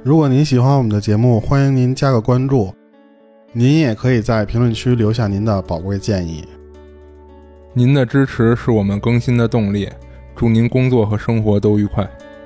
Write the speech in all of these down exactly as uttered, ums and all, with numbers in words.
如果您喜欢我们的节目，欢迎您加个关注，您也可以在评论区留下您的宝贵建议。 您的支持是我们更新的动力，祝您工作和生活都愉快。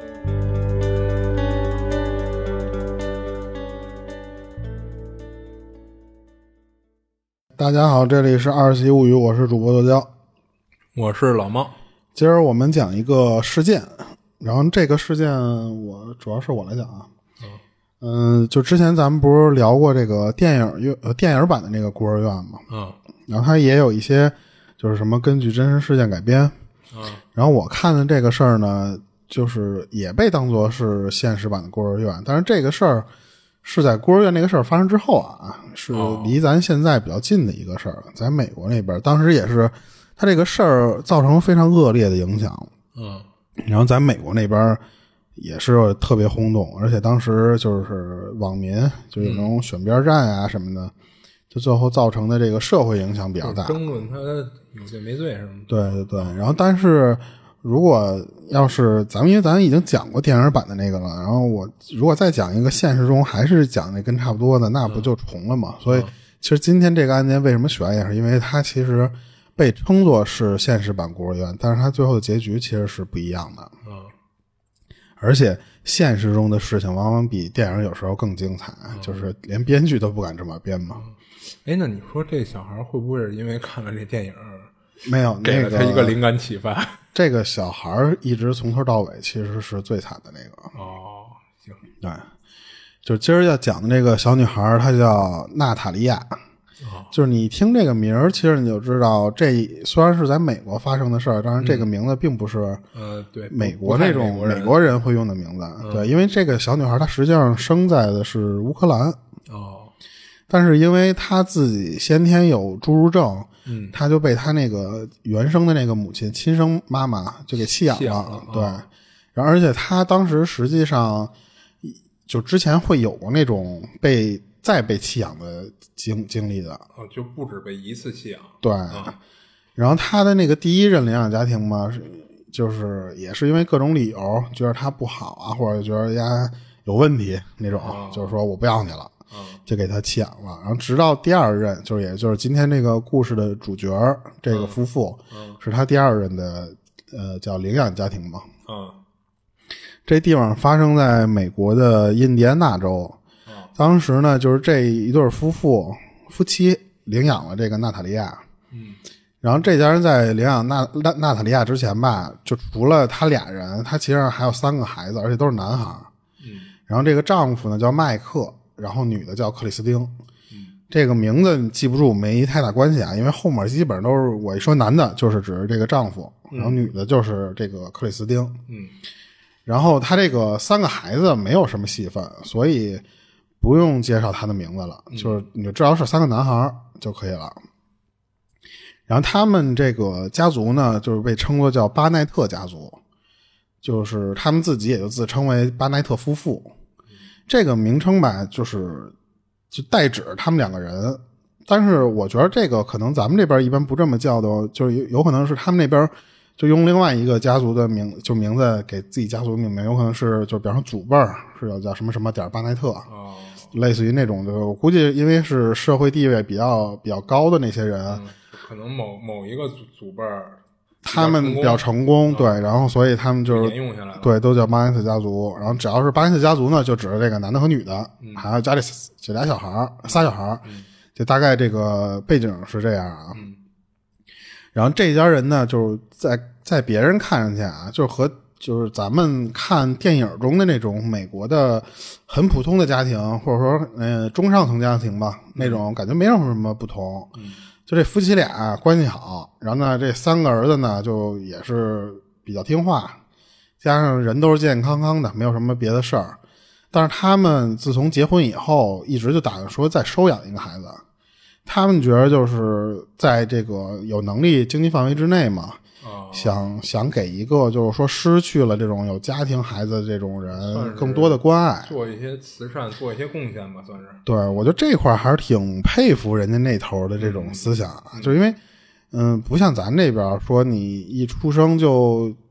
大家好，这里是二喜物语，我是主播豆椒， 我是老猫。 今儿我们讲一个事件，然后这个事件我主要是我来讲啊。嗯、呃，就之前咱们不是聊过这个电影院呃电影版的那个孤儿院嘛， 嗯， 然后它也有一些就是什么根据真实事件改编， 嗯，然后我看的这个事儿呢，就是也被当作是现实版的孤儿院，但是这个事儿是在孤儿院那个事儿发生之后啊，是离咱现在比较近的一个事儿，在美国那边，当时也是它这个事儿造成非常恶劣的影响， 嗯， 然后在美国那边也是特别轰动，而且当时就是网民就有那种选边站啊什么的，就最后造成的这个社会影响比较大， 争论他有罪没罪什么的。 对对对，然后但是如果要是咱们因为咱已经讲过电影版的那个了，然后我如果再讲一个现实中还是讲那跟差不多的，那不就重了嘛？所以其实今天这个案件为什么选，也是因为它其实被称作是现实版孤儿院，但是它最后的结局其实是不一样的。 嗯， 而且现实中的事情往往比电影有时候更精彩，嗯、就是连编剧都不敢这么编嘛。 哎、嗯，那你说这小孩会不会是因为看了这电影没有给了他一个灵感启发？ 那个、这个小孩一直从头到尾其实是最惨的那个。 哦，行， 对，就今儿要讲的这个小女孩，她叫娜塔莉亚。 哦， 就是你听这个名儿，其实你就知道，这虽然是在美国发生的事儿，但是这个名字并不是呃对美国那种美美国人会用的名字。嗯、对，因为这个小女孩她实际上生在的是乌克兰。 哦， 但是因为她自己先天有侏儒症， 嗯， 她就被她那个原生的那个母亲亲生妈妈就给弃养了。 弃养了对， 哦、 然后而且她当时实际上就之前会有过那种被再被弃养的经经历的。 哦，就不止被一次弃养。 对， 嗯、 然后她的那个第一任领养家庭嘛，就是也是因为各种理由觉得她不好啊，或者觉得人家有问题那种， 哦、 就是说我不要你了。就给他弃养了，然后直到第二任，就是也就是今天这个故事的主角这个夫妇， 嗯嗯、 是他第二任的呃叫领养家庭嘛。 嗯， 这地方发生在美国的印第安纳州。 嗯、 当时呢，就是这一对夫妇夫妻领养了这个娜塔莉亚。 嗯， 然后这家人在领养娜娜娜塔莉亚之前吧，就除了他俩人，他其实还有三个孩子，而且都是男孩。 嗯， 然后这个丈夫呢叫麦克。然后女的叫克里斯汀， 嗯， 这个名字你记不住没太大关系啊，因为后面基本上都是我一说男的就是指这个丈夫，然后女的就是这个克里斯汀， 嗯， 然后他这个三个孩子没有什么戏份，所以不用介绍他的名字了， 嗯、 就是你就知道是三个男孩就可以了。然后他们这个家族呢，就是被称作叫巴奈特家族，就是他们自己也就自称为巴奈特夫妇。这个名称吧，就是就代指他们两个人，但是我觉得这个可能咱们这边一般不这么叫的，就是有有可能是他们那边就用另外一个家族的名，就名字给自己家族命名，有可能是就比方说祖辈儿是有叫什么什么点巴奈特， 哦， 类似于那种的。我估计因为是社会地位比较比较高的那些人， 嗯、可能某某一个祖祖辈儿。 他们比较成功，对，然后所以他们就是沿用下来了， 对，都叫巴奈特家族。然后只要是巴奈特家族呢，就指着这个男的和女的， 嗯、 还有家里这俩小孩仨小孩、嗯、就大概这个背景是这样啊。 嗯、 然后这家人呢，就是在在别人看上去啊，就和就是咱们看电影中的那种美国的很普通的家庭，或者说呃中上层家庭吧，那种感觉没有什么不同。 嗯， 就这夫妻俩关系好，然后呢，这三个儿子呢就也是比较听话，加上人都是健健康康的，没有什么别的事儿。但是他们自从结婚以后，一直就打算说再收养一个孩子。他们觉得就是在这个有能力经济范围之内嘛， 哦、 想想给一个就是说失去了这种有家庭孩子的这种人更多的关爱， 做一些慈善，做一些贡献吧，算是。 对，我觉得这块还是挺佩服人家那头的这种思想，嗯、就因为嗯，不像咱这边说你一出生就就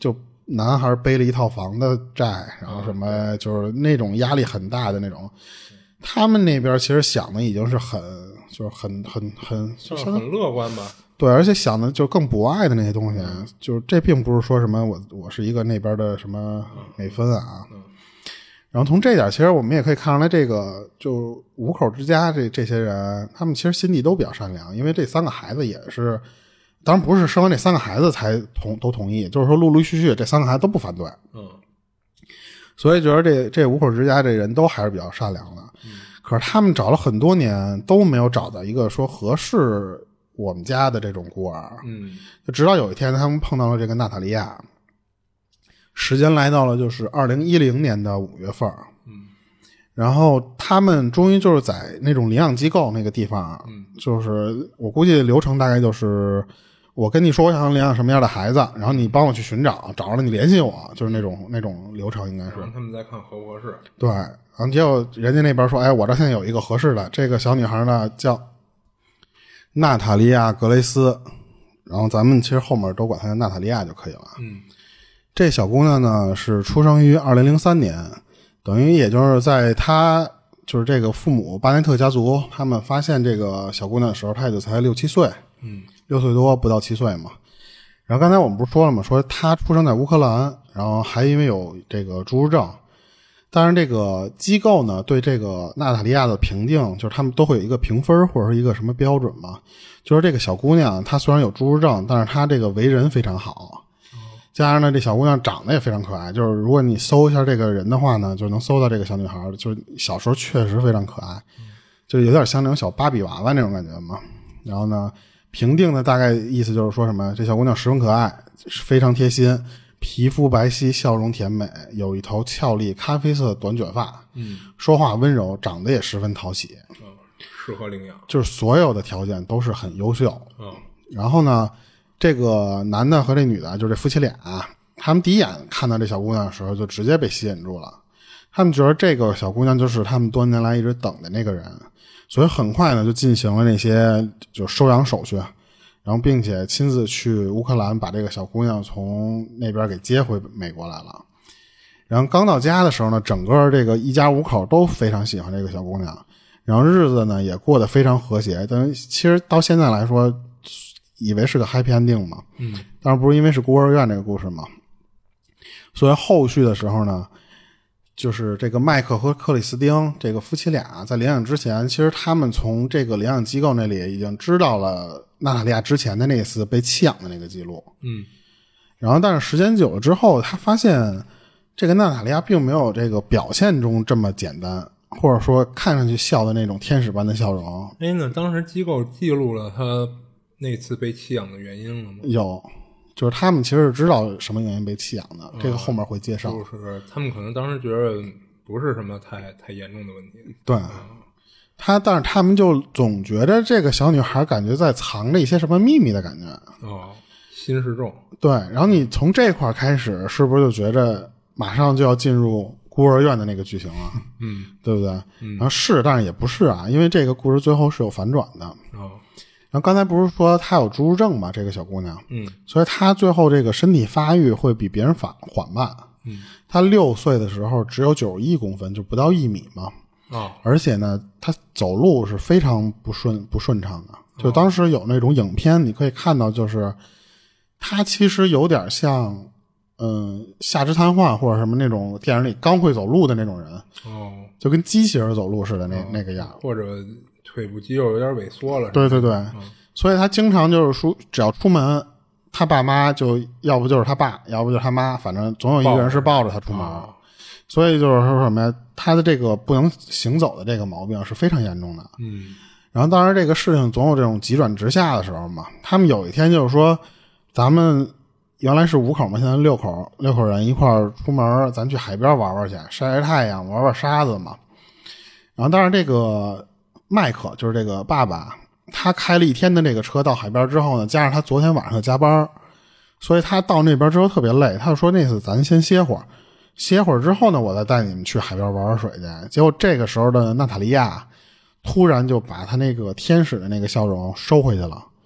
男孩背了一套房的债，然后什么就是那种压力很大的那种。他们那边其实想的已经是很就是很很很就是很乐观吧。 对，而且想的就更博爱的那些东西，嗯、就是这并不是说什么我我是一个那边的什么美分啊。 嗯嗯、 然后从这点，其实我们也可以看出来，这个就五口之家这这些人，他们其实心地都比较善良，因为这三个孩子也是，当然不是生完这三个孩子才同都同意，就是说陆陆续续这三个孩子都不反对。 嗯， 所以觉得这这五口之家这人都还是比较善良的。 嗯， 可是他们找了很多年都没有找到一个说合适我们家的这种孤儿。 嗯， 就直到有一天他们碰到了这个娜塔莉亚，时间来到了就是二零一零年的五月份。 嗯， 然后他们终于就是在那种领养机构那个地方， 嗯， 就是我估计流程大概就是我跟你说我想领养什么样的孩子，然后你帮我去寻找，找着了你联系我，就是那种那种流程应该是。 然后他们再看合不合适。 对，然后结果人家那边说，哎，我这现在有一个合适的，这个小女孩呢叫娜塔莉亚·格雷斯，然后咱们其实后面都管她叫娜塔莉亚就可以了。 嗯， 这小姑娘呢是出生于二零零三年，等于也就是在她就是这个父母巴内特家族他们发现这个小姑娘的时候，她也就才六七岁。 嗯， 六岁多不到七岁嘛。然后刚才我们不是说了吗？说她出生在乌克兰，然后还因为有这个侏儒症。当然这个机构呢对这个娜塔莉亚的评定，就是他们都会有一个评分或者是一个什么标准嘛，就是这个小姑娘她虽然有侏儒症，但是她这个为人非常好，加上呢这小姑娘长得也非常可爱，就是如果你搜一下这个人的话呢，就能搜到这个小女孩，就是小时候确实非常可爱，就有点像那种小芭比娃娃那种感觉嘛。然后呢评定的大概意思就是说什么，这小姑娘十分可爱，非常贴心，皮肤白皙，笑容甜美，有一头俏丽咖啡色的短卷发， 嗯， 说话温柔，长得也十分讨喜， 嗯，适合领养， 就是所有的条件都是很优秀。 嗯， 然后呢，这个男的和这女的，就这夫妻俩，他们第一眼看到这小姑娘的时候，就直接被吸引住了。他们觉得这个小姑娘就是他们多年来一直等的那个人，所以很快呢就进行了那些就收养手续。然后并且亲自去乌克兰把这个小姑娘从那边给接回美国来了。然后刚到家的时候呢，整个这个一家五口都非常喜欢这个小姑娘，然后日子呢也过得非常和谐。但是其实到现在来说，以为是个 happy ending 嘛， 嗯， 当然不是因为是孤儿院这个故事嘛。所以后续的时候呢，就是这个麦克和克里斯汀这个夫妻俩在领养之前，其实他们从这个领养机构那里已经知道了娜塔莉亚之前的那次被弃养的那个记录。 嗯， 然后但是时间久了之后，他发现这个娜塔莉亚并没有这个表现中这么简单，或者说看上去笑的那种天使般的笑容。 哎，那当时机构记录了他那次被弃养的原因了吗？ 有，就是他们其实是知道什么原因被弃养的，嗯、这个后面会介绍。 就是他们可能当时觉得不是什么太太严重的问题。 对。嗯，他但是他们就总觉得这个小女孩感觉在藏着一些什么秘密的感觉。 哦，心事重。对， 然后你从这块开始是不是就觉得马上就要进入孤儿院的那个剧情了？ 嗯， 对不对？ 嗯， 然后是，但是也不是啊，因为这个故事最后是有反转的。 哦， 然后刚才不是说她有侏儒症嘛，这个小姑娘， 嗯，所以她最后这个身体发育会比别人缓缓慢。 嗯， 她六岁的时候只有九十一公分，就不到一米嘛。 哦， 而且呢，她走路是非常不顺不顺畅的。就当时有那种影片，你可以看到，就是她其实有点像，嗯，下肢瘫痪或者什么那种电影里刚会走路的那种人。 哦， 就跟机器人走路似的那、哦、那个样， 或者腿部肌肉有点萎缩了。 对对对， 嗯、 所以他经常就是说，只要出门，他爸妈就要不就是他爸，要不就是他妈，反正总有一个人是抱着他出门。 哦、 所以就是说什么呀，他的这个不能行走的这个毛病是非常严重的。 嗯， 然后当然这个事情总有这种急转直下的时候嘛。他们有一天就是说，咱们原来是五口嘛，现在六口，六口人一块儿出门，咱去海边玩玩去，晒晒太阳，玩玩沙子嘛。然后当然这个麦克就是这个爸爸，他开了一天的这个车到海边之后呢，加上他昨天晚上加班，所以他到那边之后特别累，他就说那次咱先歇会儿，歇会儿之后呢，我再带你们去海边玩玩水去。结果这个时候的娜塔莉亚突然就把他那个天使的那个笑容收回去了，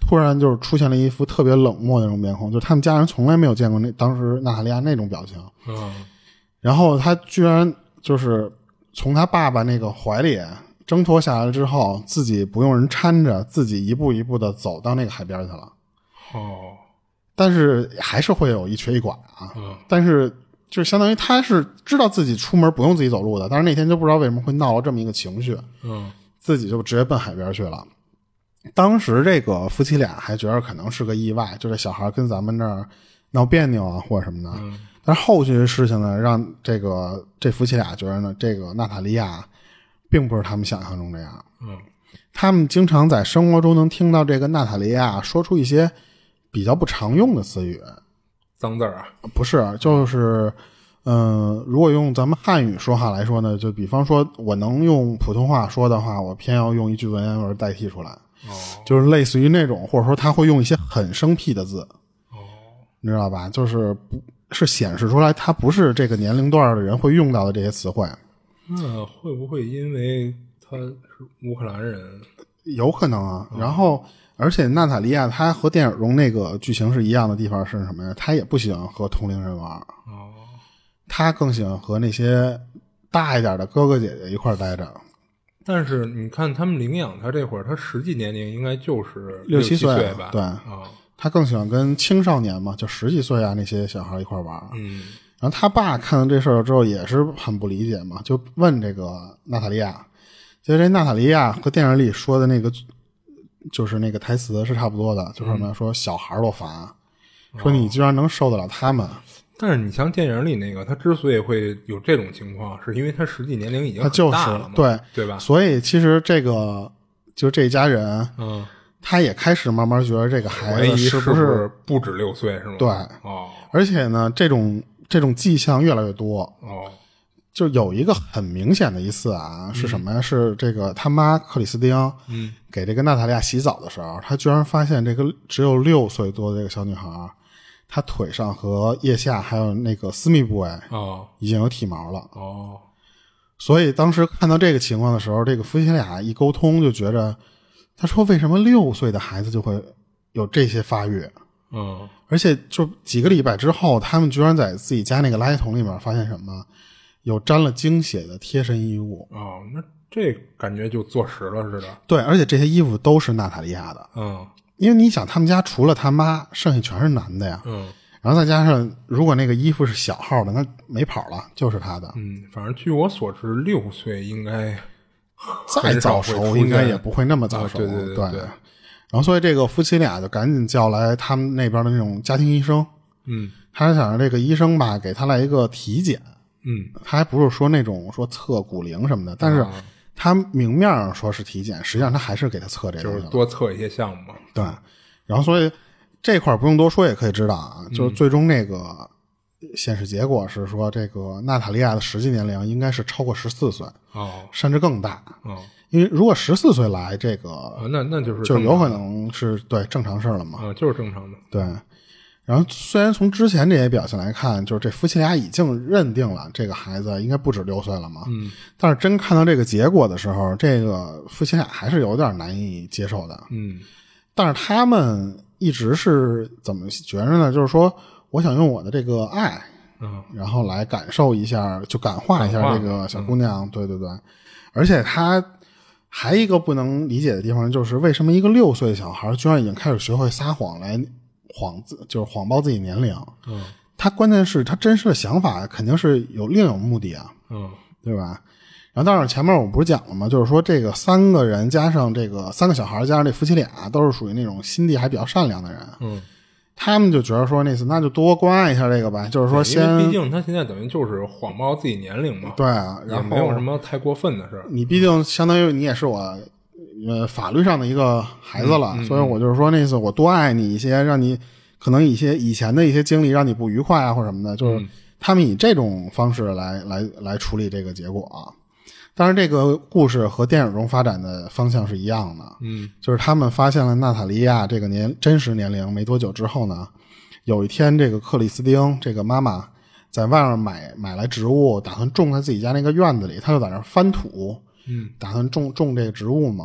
突然就是出现了一副特别冷漠的那种面孔，就是他们家人从来没有见过那当时娜塔莉亚那种表情。 嗯， 然后他居然就是从他爸爸那个怀里挣脱下来之后，自己不用人搀着，自己一步一步的走到那个海边去了。 哦， 但是还是会有一瘸一拐啊。 嗯， 但是就相当于他是知道自己出门不用自己走路的，但是那天就不知道为什么会闹了这么一个情绪。 嗯， 自己就直接奔海边去了。当时这个夫妻俩还觉得可能是个意外，就这小孩跟咱们这儿闹别扭啊或者什么的。 嗯， 但是后续的事情呢，让这个这夫妻俩觉得呢，这个娜塔莉亚并不是他们想象中这样。 嗯，他们经常在生活中能听到这个娜塔莉亚说出一些比较不常用的词语。 脏字儿啊？ 不是，就是嗯、呃，如果用咱们汉语说话来说呢，就比方说我能用普通话说的话，我偏要用一句文言文代替出来。 哦， 就是类似于那种，或者说他会用一些很生僻的字。 哦， 你知道吧？就是不是显示出来他不是这个年龄段的人会用到的这些词汇。 那会不会因为他是乌克兰人？ 有可能啊。然后而且娜塔莉亚她和电影中那个剧情是一样的地方是什么呀？她也不喜欢和同龄人玩。 哦， 她更喜欢和那些大一点的哥哥姐姐一块待着。 但是你看他们领养他这会儿，他实际年龄应该就是六七岁吧？ 对啊， 他更喜欢跟青少年嘛，就十几岁啊那些小孩一块玩。 嗯， 然后他爸看到这事儿之后也是很不理解嘛，就问这个娜塔莉亚，就这娜塔莉亚和电影里说的那个就是那个台词是差不多的，就是什么、嗯、说小孩多烦、啊，说你居然能受得了他们。 但是你像电影里那个，他之所以会有这种情况，是因为他实际年龄已经很大了嘛， 就是对对吧？ 所以其实这个就这家人， 嗯， 他也开始慢慢觉得这个孩子是不是不止六岁，是吗？ 对， 哦， 而且呢，这种这种迹象越来越多。 哦， 就有一个很明显的一次啊，是什么呀？嗯、是这个他妈克里斯汀， 嗯， 给这个娜塔莉亚洗澡的时候，他居然发现这个只有六岁多的这个小女孩。他腿上和腋下还有那个私密部位哦， 已经有体毛了哦， 所以当时看到这个情况的时候，这个夫妻俩一沟通就觉着，他说为什么六岁的孩子就会有这些发育？ 嗯， 而且就几个礼拜之后，他们居然在自己家那个垃圾桶里面发现什么？有沾了精血的贴身衣物。 哦，那这感觉就坐实了似的。 对，而且这些衣服都是娜塔莉亚的。 嗯。 因为你想他们家除了他妈剩下全是男的呀， 嗯， 然后再加上如果那个衣服是小号的，那没跑了就是他的。 嗯，反正据我所知六岁应该再早熟应该也不会那么早熟、 啊、对对对, 对, 对然后所以这个夫妻俩就赶紧叫来他们那边的那种家庭医生。 嗯， 他想让这个医生吧给他来一个体检。 嗯， 他还不是说那种说测骨龄什么的，但是、啊他明面上说是体检，实际上他还是给他测这个， 就是多测一些项目嘛。 对，然后所以这块不用多说也可以知道啊， 嗯、 就是最终那个显示结果是说，这个娜塔莉亚的实际年龄应该是超过十四岁， 哦， 甚至更大。 哦， 因为如果十四岁来，这个、 哦、那那就是就有可能是对正常事了嘛。 啊、哦，就是正常的。 对。然后虽然从之前这些表现来看，就是这夫妻俩已经认定了这个孩子应该不止六岁了嘛， 嗯， 但是真看到这个结果的时候，这个夫妻俩还是有点难以接受的， 嗯， 但是他们一直是怎么觉着呢？就是说，我想用我的这个爱， 嗯， 然后来感受一下，就感化一下这个小姑娘，嗯、对对对，而且他还一个不能理解的地方就是为什么一个六岁的小孩居然已经开始学会撒谎来。谎自就是谎报自己年龄， 嗯， 他关键是他真实的想法肯定是有另有目的啊， 嗯， 对吧？然后当然前面我们不是讲了吗？就是说这个三个人加上这个三个小孩加上这夫妻俩都是属于那种心地还比较善良的人， 嗯， 他们就觉得说那次那就多关爱一下这个吧，就是说先， 毕竟他现在等于就是谎报自己年龄嘛， 对啊，然后也没有什么太过分的事儿， 你毕竟相当于你也是我。呃，法律上的一个孩子了、 嗯嗯、 所以我就是说那次我多爱你一些，让你可能一些以前的一些经历让你不愉快啊或者什么的，就是他们以这种方式来来来处理这个结果啊。当然这个故事和电影中发展的方向是一样的， 嗯， 就是他们发现了娜塔莉亚这个年真实年龄没多久之后呢，有一天这个克里斯汀这个妈妈在外面买买来植物，打算种在自己家那个院子里，她就在那翻土， 嗯， 打算种种这个植物嘛。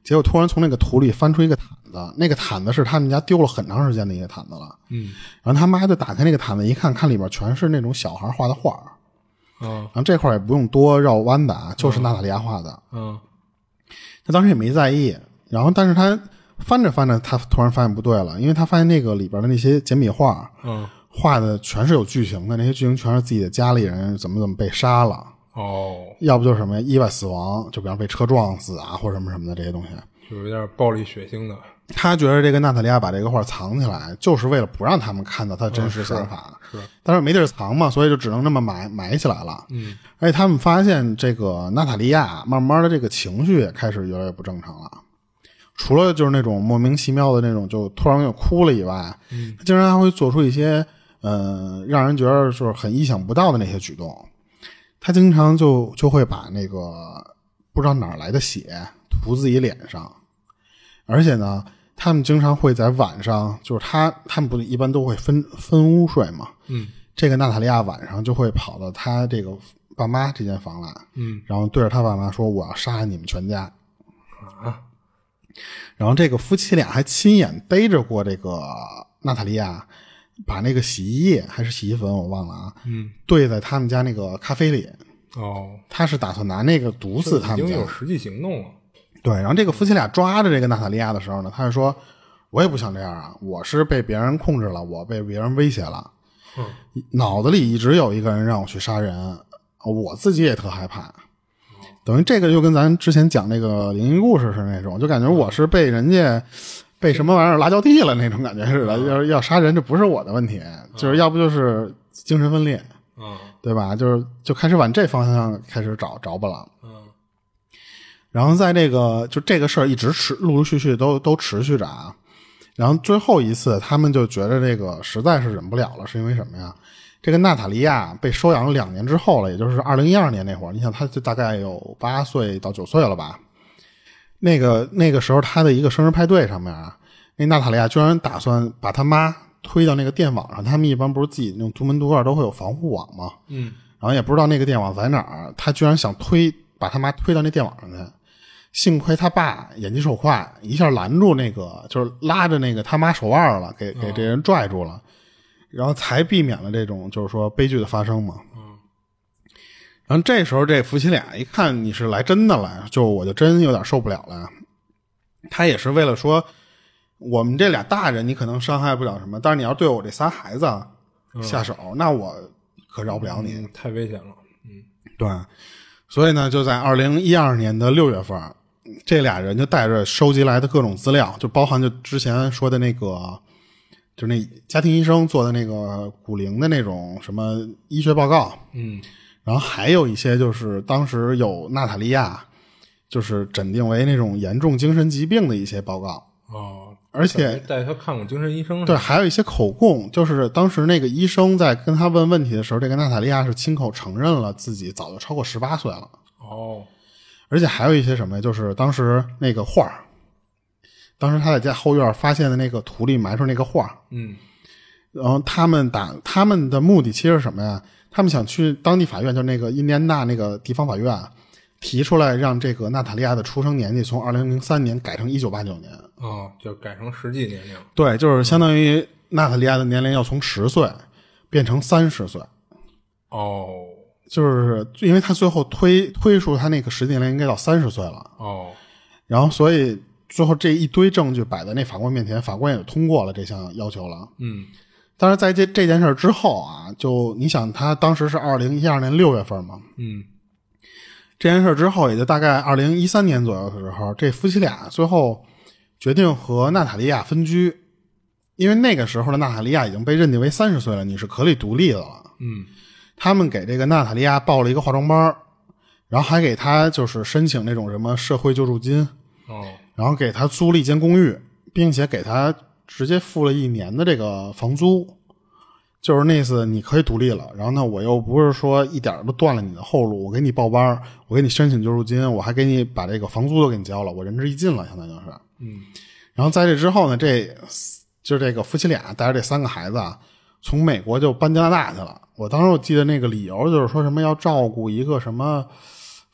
结果突然从那个土里翻出一个毯子，那个毯子是他们家丢了很长时间的一个毯子了。 嗯， 然后他妈就打开那个毯子一看，看里边全是那种小孩画的画。 嗯， 然后这块也不用多绕弯的啊，就是娜塔莉亚画的。 嗯， 他当时也没在意，然后但是他翻着翻着，他突然发现不对了，因为他发现那个里边的那些简笔画， 嗯， 画的全是有剧情的，那些剧情全是自己的家里人怎么怎么被杀了。 哦， 要不就是什么意外死亡，就比方被车撞死啊，或者什么什么的这些东西， 就有点暴力血腥的。 他觉得这个娜塔莉亚把这个画藏起来，就是为了不让他们看到他的真实想法。 嗯、是，是但是没地儿藏嘛，所以就只能这么埋埋起来了。 嗯， 而且他们发现这个娜塔莉亚慢慢的这个情绪也开始越来越不正常了。除了就是那种莫名其妙的那种就突然就哭了以外， 嗯， 他经常还会做出一些呃让人觉得就是很意想不到的那些举动。他经常就就会把那个不知道哪儿来的血涂自己脸上，而且呢，他们经常会在晚上，就是他他们不一般都会分分屋睡嘛， 嗯， 这个娜塔莉亚晚上就会跑到他这个爸妈这间房来， 嗯， 然后对着他爸妈说：“我要杀你们全家。” 啊， 然后这个夫妻俩还亲眼逮着过这个娜塔莉亚把那个洗衣液还是洗衣粉我忘了啊， 嗯， 兑在他们家那个咖啡里。 哦， 他是打算拿那个毒死他们家， 已经有实际行动了。 对，然后这个夫妻俩抓着这个娜塔莉亚的时候呢，他就说：“我也不想这样啊，我是被别人控制了，我被别人威胁了， 嗯， 脑子里一直有一个人让我去杀人，我自己也特害怕。”等于这个就跟咱之前讲那个灵异故事是那种，就感觉我是被人家被什么玩意儿拉脚地了那种感觉似的，要要杀人这不是我的问题，就是要不就是精神分裂， 嗯， 对吧？就是就开始往这方向开始找着吧了。 嗯， 然后在这个就这个事儿一直持陆陆续续都都持续着啊。然后最后一次他们就觉得这个实在是忍不了了，是因为什么呀？这个娜塔莉亚被收养了两年之后了，也就是二零一二年那会儿，你想她就大概有八岁到九岁了吧。那个那个时候她的一个生日派对上面啊，那娜塔莉亚居然打算把她妈推到那个电网上，他们一般不是自己那种独门独院都会有防护网吗？ 嗯， 然后也不知道那个电网在哪儿，他居然想推把他妈推到那电网上去。幸亏他爸眼疾手快，一下拦住那个，就是拉着那个他妈手腕了，给给这人拽住了，哦，然后才避免了这种就是说悲剧的发生嘛。 嗯， 然后这时候这夫妻俩一看你是来真的了，就我就真有点受不了了。他也是为了说，我们这俩大人你可能伤害不了什么，但是你要对我这仨孩子下手，嗯，那我可饶不了你， 嗯，太危险了。嗯， 对，所以呢，就在二零一二年的六月份，这俩人就带着收集来的各种资料，就包含就之前说的那个，就是那家庭医生做的那个骨龄的那种什么医学报告， 嗯， 然后还有一些就是当时有娜塔莉亚就是诊定为那种严重精神疾病的一些报告。 哦， 而且带他看过精神医生。 对，还有一些口供，就是当时那个医生在跟他问问题的时候，这个娜塔莉亚是亲口承认了自己早就超过十八岁了。 哦， 而且还有一些什么，就是当时那个画，当时他在家后院发现的那个土里埋出那个画， 嗯， 然后他们打他们的目的其实是什么呀？他们想去当地法院，就那个印第安纳那个地方法院，提出来让这个娜塔莉亚的出生年纪从二零零三年改成一九八九年。 哦，就改成实际年龄。 对，就是相当于娜塔莉亚的年龄要从十岁变成三十岁。 哦， 就是因为他最后推推出他那个实际年龄应该到三十岁了。 哦， 然后所以最后这一堆证据摆在那法官面前，法官也通过了这项要求了。 嗯， 但是在这这件事之后啊，就你想他当时是二零一二年六月份嘛， 嗯， 这件事之后也就大概二零一三年左右的时候，这夫妻俩最后决定和娜塔莉亚分居，因为那个时候的娜塔莉亚已经被认定为三十岁了，你是可以独立的了。 嗯， 他们给这个娜塔莉亚报了一个化妆班，然后还给她就是申请那种什么社会救助金。 哦， 然后给她租了一间公寓，并且给她直接付了一年的这个房租，就是那次你可以独立了。然后呢，我又不是说一点都断了你的后路，我给你报班，我给你申请救助金，我还给你把这个房租都给你交了，我仁至义尽了，相当于是。 嗯， 然后在这之后呢，这就这个夫妻俩带着这三个孩子啊，从美国就搬加拿大去了。我当时我记得那个理由就是说什么要照顾一个什么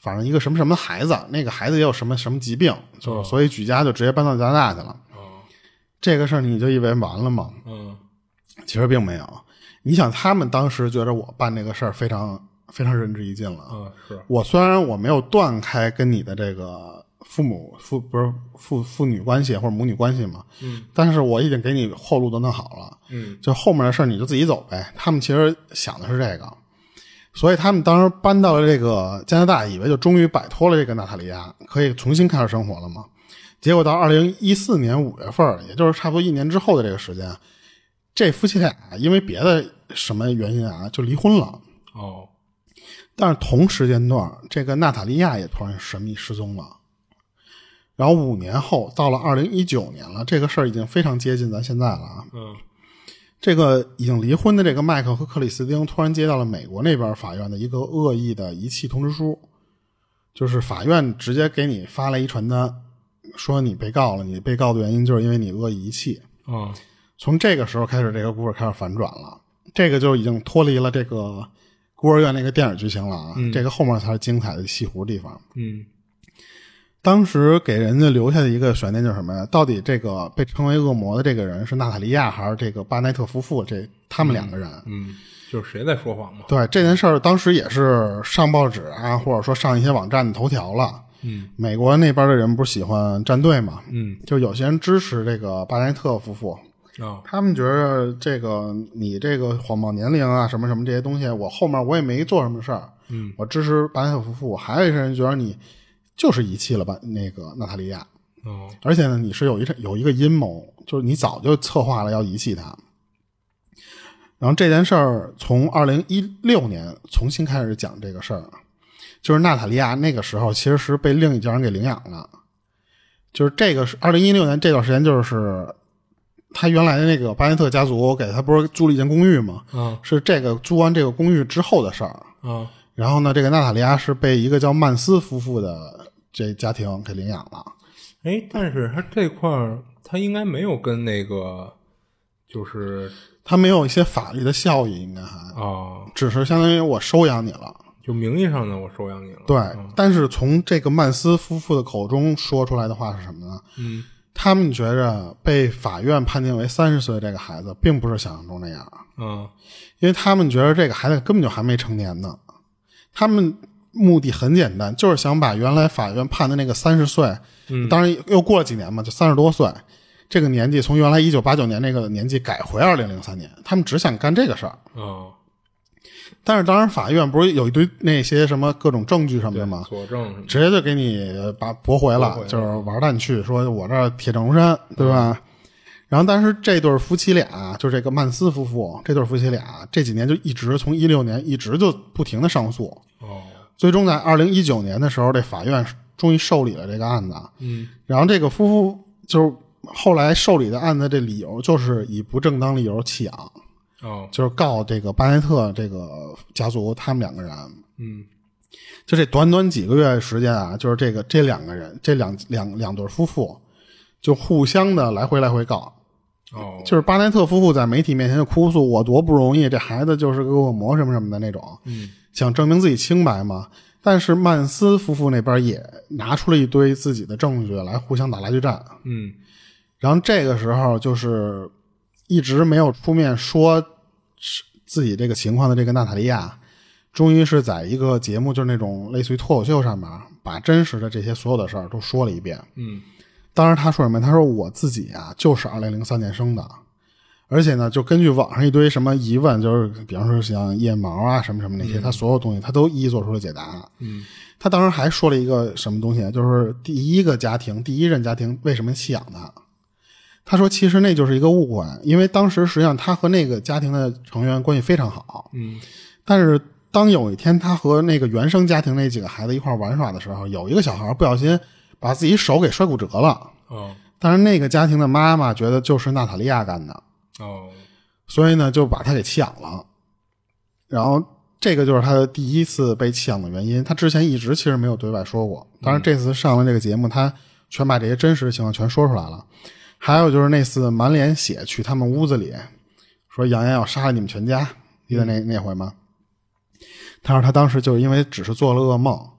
反正一个什么什么孩子，那个孩子也有什么什么疾病，就是、 哦、 所以举家就直接搬到加拿大去了。 哦， 这个事儿你就以为完了吗？ 嗯， 其实并没有。你想，他们当时觉得我办这个事儿非常非常仁至义尽了。 嗯，是我虽然我没有断开跟你的这个父母父不是父父女关系或者母女关系嘛， 嗯， 但是我已经给你后路都弄好了， 嗯， 就后面的事儿你就自己走呗。他们其实想的是这个。所以他们当时搬到了这个加拿大，以为就终于摆脱了这个娜塔莉亚，可以重新开始生活了嘛。结果到二零一四年五月份，也就是差不多一年之后的这个时间，这夫妻俩因为别的什么原因啊就离婚了。 哦， 但是同时间段，这个娜塔莉亚也突然神秘失踪了。然后五年后，到了二零一九年了，这个事儿已经非常接近咱现在了啊。 嗯。 这个已经离婚的这个麦克和克里斯汀突然接到了美国那边法院的一个恶意的遗弃通知书，就是法院直接给你发了一传单，说你被告了，你被告的原因就是因为你恶意遗弃。 嗯， 从这个时候开始，这个故事开始反转了，这个就已经脱离了这个孤儿院那个电影剧情了啊、 嗯， 这个后面才是精彩的西湖地方。 嗯。 当时给人家留下的一个悬念就是什么呀？到底这个被称为恶魔的这个人是娜塔莉亚还是这个巴奈特夫妇？这他们两个人， 嗯，嗯就是谁在说谎嘛？ 对，这件事儿当时也是上报纸啊，或者说上一些网站的头条了。 嗯， 美国那边的人不是喜欢站队嘛？ 嗯， 就有些人支持这个巴奈特夫妇， 哦， 他们觉得这个你这个谎报年龄啊，什么什么这些东西，我后面我也没做什么事儿， 嗯， 我支持巴奈特夫妇。还有一些人觉得你就是遗弃了吧那个娜塔莉亚， 哦， 而且呢，你是有一有一个阴谋，就是你早就策划了要遗弃他。然后这件事儿从二零一六年重新开始讲这个事儿，就是娜塔莉亚那个时候其实是被另一家人给领养了，就是这个是二零一六年这段时间，就是他原来的那个巴内特家族给他不是租了一间公寓吗？ 嗯， 是这个租完这个公寓之后的事儿。 嗯， 然后呢，这个娜塔莉亚是被一个叫曼斯夫妇的这家庭给领养了。 哎，但是他这块儿他应该没有跟那个，就是他没有一些法律的效益，应该还哦， 只是相当于我收养你了， 就名义上的我收养你了。 对， 嗯、 但是从这个曼斯夫妇的口中说出来的话是什么呢？ 嗯， 他们觉着被法院判定为三十岁的这个孩子并不是想象中那样。 嗯， 因为他们觉得这个孩子根本就还没成年呢。他们目的很简单，就是想把原来法院判的那个三十岁， 嗯， 当然又过了几年嘛，就三十多岁，这个年纪从原来一九八九年那个年纪改回二零零三年，他们只想干这个事儿。 哦， 但是当然法院不是有一堆那些什么各种证据什么的吗？ 佐证什么的， 直接就给你把驳回了， 回就是玩蛋去，说我这铁证如山，对吧？嗯，然后但是这对夫妻俩，就这个曼斯夫妇，这对夫妻俩这几年就一直从一六年一直就不停的上诉。 哦， 最终在二零一九年的时候，这法院终于受理了这个案子。 嗯， 然后这个夫妇就是后来受理的案子，这理由就是以不正当理由弃养。 哦， 就是告这个巴内特这个家族他们两个人。 嗯， 就这短短几个月时间啊，就是这个这两个人这两两两对夫妇就互相的来回来回告。 哦， 就是巴内特夫妇在媒体面前就哭诉我多不容易，这孩子就是个恶魔什么什么的那种， 嗯， 想证明自己清白嘛。但是曼斯夫妇那边也拿出了一堆自己的证据来互相打拉锯战。 嗯， 然后这个时候就是一直没有出面说自己这个情况的这个娜塔莉亚，终于是在一个节目，就是那种类似于脱口秀上面，把真实的这些所有的事儿都说了一遍。 嗯， 当时他说什么？他说我自己啊就是二零零三年生的，而且呢，就根据网上一堆什么疑问，就是比方说像腋毛啊什么什么那些，嗯、他所有东西他都一一做出了解答。 嗯， 他当时还说了一个什么东西，就是第一个家庭第一任家庭为什么弃养他。他说其实那就是一个误会，因为当时实际上他和那个家庭的成员关系非常好。 嗯， 但是当有一天他和那个原生家庭那几个孩子一块玩耍的时候，有一个小孩不小心把自己手给摔骨折了。 哦， 但是那个家庭的妈妈觉得就是娜塔莉亚干的。 哦， 所以呢就把他给弃养了。然后这个就是他的第一次被弃养的原因，他之前一直其实没有对外说过，当然这次上了这个节目，他全把这些真实的情况全说出来了。还有就是那次满脸血去他们屋子里说杨洋要杀了你们全家，记得那那回吗？他说他当时就是因为只是做了噩梦，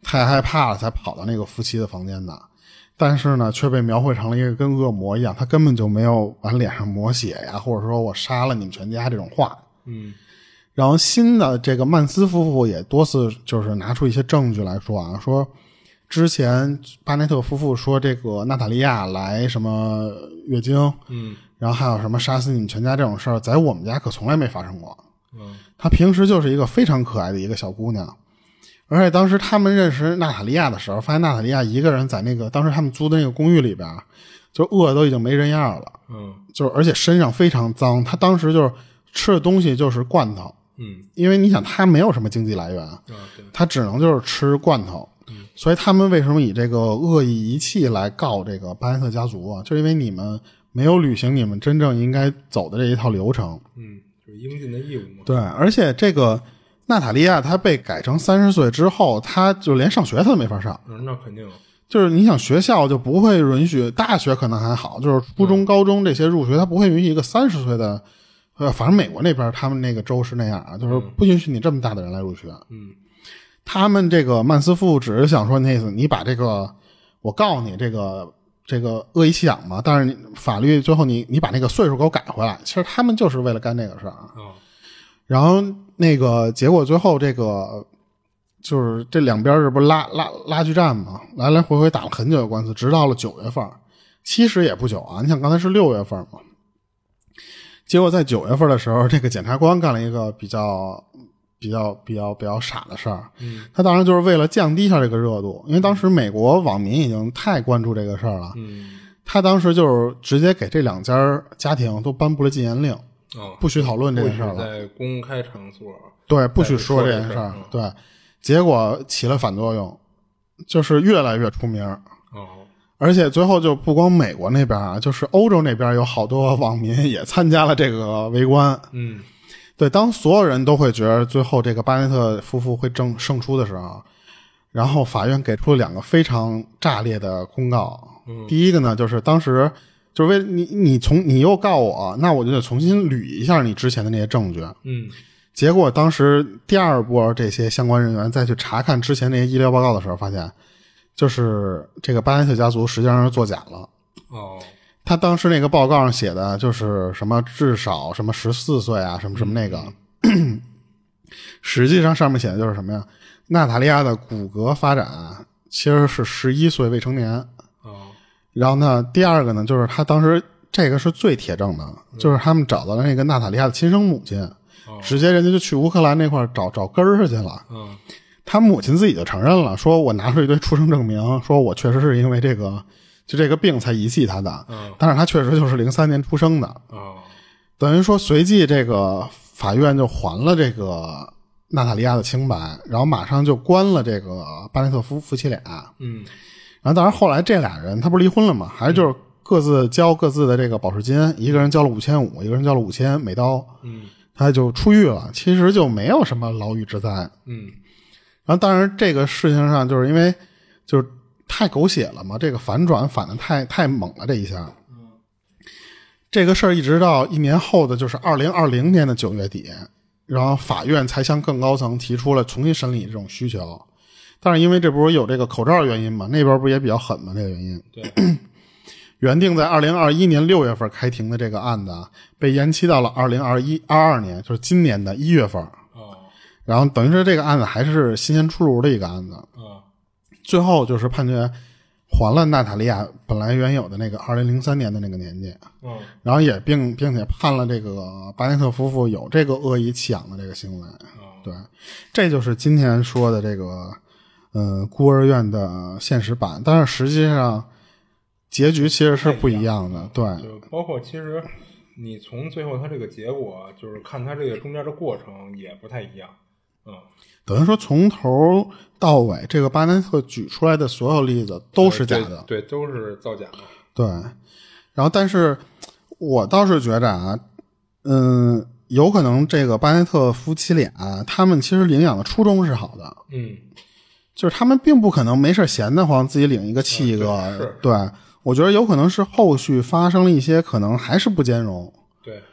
太害怕了才跑到那个夫妻的房间的。但是呢却被描绘成了一个跟恶魔一样，他根本就没有往脸上抹血呀，或者说我杀了你们全家这种话。 嗯， 然后新的这个曼斯夫妇也多次就是拿出一些证据来说啊，说之前巴内特夫妇说这个娜塔莉亚来什么月经， 嗯， 然后还有什么杀死你们全家这种事儿，在我们家可从来没发生过。 嗯， 她平时就是一个非常可爱的一个小姑娘，而且当时他们认识娜塔莉亚的时候，发现娜塔莉亚一个人在那个当时他们租的那个公寓里边，就饿得都已经没人样了。 嗯， 就是而且身上非常脏，她当时就是吃的东西就是罐头。 嗯， 因为你想她没有什么经济来源， 啊，对， 她只能就是吃罐头。 嗯， 所以他们为什么以这个恶意遗弃来告这个巴内特家族啊？就是因为你们没有履行你们真正应该走的这一套流程。 嗯，就是应尽的义务嘛。 对，而且这个娜塔莉亚她被改成三十岁之后，她就连上学她都没法上。 嗯，那肯定。 就是你想学校就不会允许，大学可能还好，就是初中、嗯、高中这些入学，他不会允许一个三十岁的，呃，反正美国那边他们那个州是那样啊，就是不允许你这么大的人来入学。 嗯， 他们这个曼斯夫只是想说那意思，你把这个，我告诉你这个这个恶意弃养嘛，但是你法律最后你你把那个岁数给我改回来，其实他们就是为了干这个事儿啊。 哦， 然后那个结果最后这个。就是这两边这不是拉拉拉锯战嘛，来来回回打了很久的官司，直到了九月份，其实也不久啊。你想刚才是六月份嘛，结果在九月份的时候，这个检察官干了一个比较比较比较比较傻的事儿。 嗯， 他当然就是为了降低一下这个热度，因为当时美国网民已经太关注这个事儿了。 嗯， 他当时就是直接给这两家家庭都颁布了禁言令， 哦， 不许讨论这件事了， 在公开场所， 对，不许说这件事儿，对。结果起了反作用，就是越来越出名。 哦， 而且最后就不光美国那边啊，就是欧洲那边有好多网民也参加了这个围观。 嗯， 对，当所有人都会觉得最后这个巴内特夫妇会正胜出的时候，然后法院给出了两个非常炸裂的公告。 嗯， 第一个呢，就是当时就是为你你从你又告我，那我就得重新捋一下你之前的那些证据。 嗯。 结果当时第二波这些相关人员再去查看之前那些医疗报告的时候，发现就是这个巴内特家族实际上是作假了。 哦， 他当时那个报告上写的就是什么至少什么十四岁啊，什么什么那个，嗯、实际上上面写的就是什么呀？娜塔莉亚的骨骼发展其实是十一岁未成年。 哦， 然后呢，第二个呢，就是他当时这个是最铁证的，就是他们找到了那个娜塔莉亚的亲生母亲。直接人家就去乌克兰那块找找根儿去了。 嗯， 他母亲自己就承认了，说我拿出一堆出生证明，说我确实是因为这个就这个病才遗弃他的。 嗯， 但是他确实就是零三年出生的。 哦， 等于说随即这个法院就还了这个娜塔莉亚的清白，然后马上就关了这个巴内特夫夫妻俩。 嗯， 然后当然后来这俩人他不是离婚了吗？还是就是各自交各自的这个保释金，一个人交了五千五，一个人交了五千美刀。 嗯。 他就出狱了，其实就没有什么牢狱之灾。 嗯， 然后当然这个事情上就是因为就是太狗血了嘛，这个反转反的太太猛了这一下。 嗯， 这个事儿一直到一年后的就是二零二零年的九月底，然后法院才向更高层提出了重新审理这种需求。但是因为这不是有这个口罩原因嘛，那边不也比较狠嘛，这个原因。 对。 原定在二零二一年六月份开庭的这个案子被延期到了二零二一二二年，就是今年的一月份。 哦， 然后等于说这个案子还是新鲜出炉的一个案子。 哦， 最后就是判决还了娜塔莉亚本来原有的那个二零零三年的那个年纪。 哦， 然后也并并且判了这个巴内特夫妇有这个恶意弃养的这个行为。 哦， 对，这就是今天说的这个呃孤儿院的现实版，但是实际上结局其实是不一样的。对， 就包括其实你从最后它这个结果，就是看它这个中间的过程也不太一样。嗯， 等于说从头到尾，这个巴内特举出来的所有例子都是假的。 对，对，都是造假的。 对，然后但是我倒是觉着啊，嗯，有可能这个巴内特夫妻俩他们其实领养的初衷是好的。 嗯， 就是他们并不可能没事闲得慌自己领一个弃一个。 嗯、 对，我觉得有可能是后续发生了一些可能还是不兼容。 对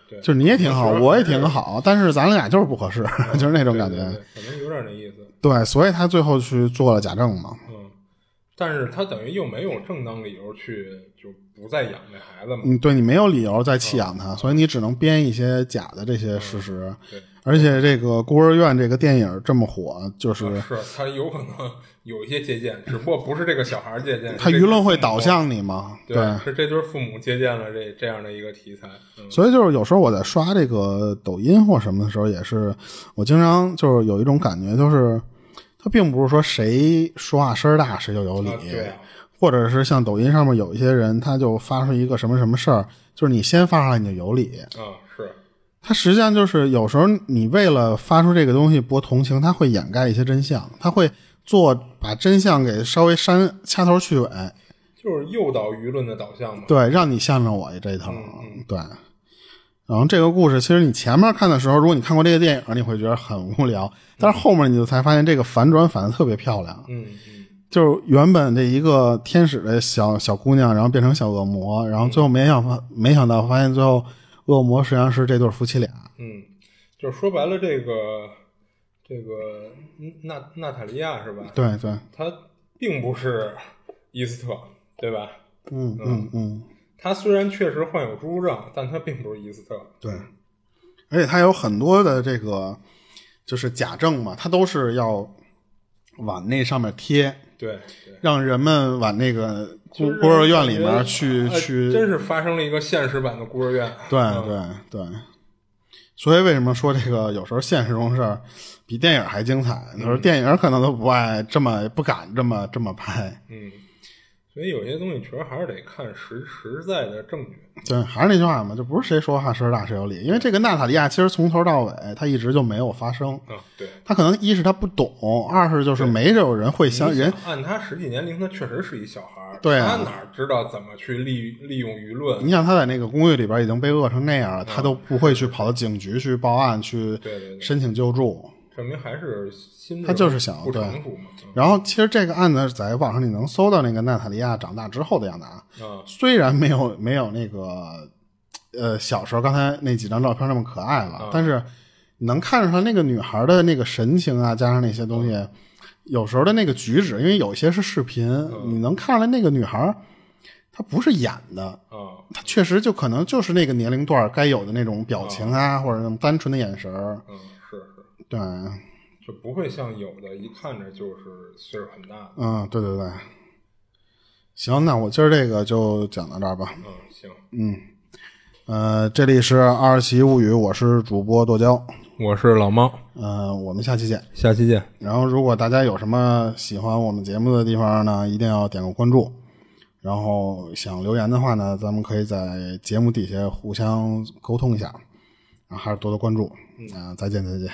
对， 就是你也挺好，我也挺好，但是咱俩就是不合适，就是那种感觉。 对对对，可能有点那意思。 对，所以他最后去做了假证嘛。 嗯，但是他等于又没有正当理由去就不再养这孩子嘛。 嗯，对，你没有理由再弃养他，嗯、所以你只能编一些假的这些事实。 嗯、对， 而且这个孤儿院这个电影这么火，就是、 啊、是他有可能有一些借鉴，只不过不是这个小孩借鉴， 他舆论会导向你嘛？ 对， 对是这就是父母借鉴了这这样的一个题材。嗯、 所以就是有时候我在刷这个抖音或什么的时候，也是我经常就是有一种感觉，就是他并不是说谁说话声大谁就有理。 啊对啊， 或者是像抖音上面有一些人，他就发出一个什么什么事儿，就是你先发上来你就有理啊，是。 他实际上就是有时候你为了发出这个东西博同情，他会掩盖一些真相，他会做把真相给稍微删掐头去尾， 就是诱导舆论的导向嘛。 对，让你向着我这头。 嗯嗯、 对。然后这个故事其实你前面看的时候，如果你看过这个电影，你会觉得很无聊，但是后面你就才发现这个反转反的特别漂亮。 嗯嗯。 就是原本这一个天使的小小姑娘，然后变成小恶魔，然后最后没想发、嗯、没想到发现最后恶魔实际上是这对夫妻俩。 嗯，就是说白了，这个这个娜娜塔莉亚是吧？ 对对， 她并不是伊斯特，对吧？ 嗯嗯嗯， 她虽然确实患有侏儒症，但她并不是伊斯特。 对，而且她有很多的这个就是假证嘛，她都是要往那上面贴。 对，对， 让人们往那个孤孤儿院里面去、 呃、 去， 真是发生了一个现实版的孤儿院。 对对对，所以为什么说这个有时候现实中事儿比电影还精彩？就是电影可能都不爱这么不敢这么这么拍。 嗯，所以有些东西确实还是得看实实在的证据。 对，还是那句话嘛，就不是谁说话声大谁有理。因为这个娜塔莉亚其实从头到尾她一直就没有发生。 啊，对， 她可能一是她不懂，二是就是没有人会相人。 按她实际年龄，她确实是一小孩， 对、啊， 她哪知道怎么去利利用舆论？ 你想她在那个公寓里边已经被饿成那样了，她、嗯、都不会去跑到警局去报案去申请救助。 对对对，证明还是心他就是想不成熟嘛。 然后其实这个案子在网上你能搜到那个娜塔莉亚长大之后的样子啊， 嗯、 虽然没有没有那个呃小时候刚才那几张照片那么可爱了， 嗯、 但是你能看出来那个女孩的那个神情啊，加上那些东西，嗯、有时候的那个举止，因为有些是视频， 嗯、 你能看出来那个女孩她不是演的， 嗯、 她确实就可能就是那个年龄段该有的那种表情啊， 嗯、 或者那种单纯的眼神。 嗯，是是， 对。 就不会像有的一看着就是岁数很大的。 嗯，对对对。行，那我今儿这个就讲到这儿吧。 嗯，行。 嗯，呃，这里是二奇物语，我是主播剁椒， 我是老猫。 呃，我们下期见。 下期见。 然后，如果大家有什么喜欢我们节目的地方呢，一定要点个关注。然后想留言的话呢，咱们可以在节目底下互相沟通一下。然后还是多多关注。嗯、呃，再见再见。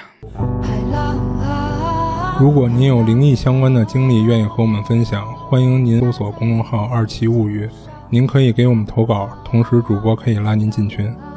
如果您有灵异相关的经历愿意和我们分享，欢迎您搜索公众号二奇物语，您可以给我们投稿，同时主播可以拉您进群。